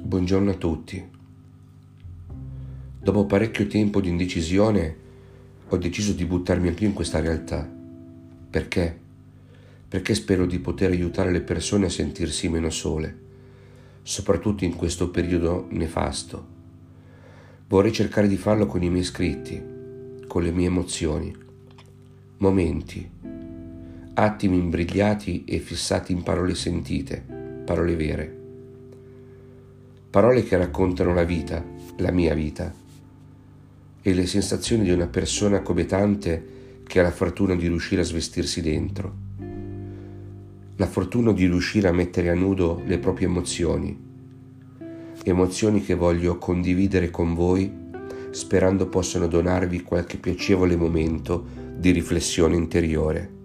Buongiorno a tutti. Dopo parecchio tempo di indecisione ho deciso di buttarmi anch'io in questa realtà. Perché? Perché spero di poter aiutare le persone a sentirsi meno sole, soprattutto in questo periodo nefasto. Vorrei cercare di farlo con i miei scritti, con le mie emozioni, momenti, attimi imbrigliati e fissati in parole sentite, parole vere. Parole che raccontano la vita, la mia vita, e le sensazioni di una persona come tante che ha la fortuna di riuscire a svestirsi dentro. La fortuna di riuscire a mettere a nudo le proprie emozioni che voglio condividere con voi, sperando possano donarvi qualche piacevole momento di riflessione interiore.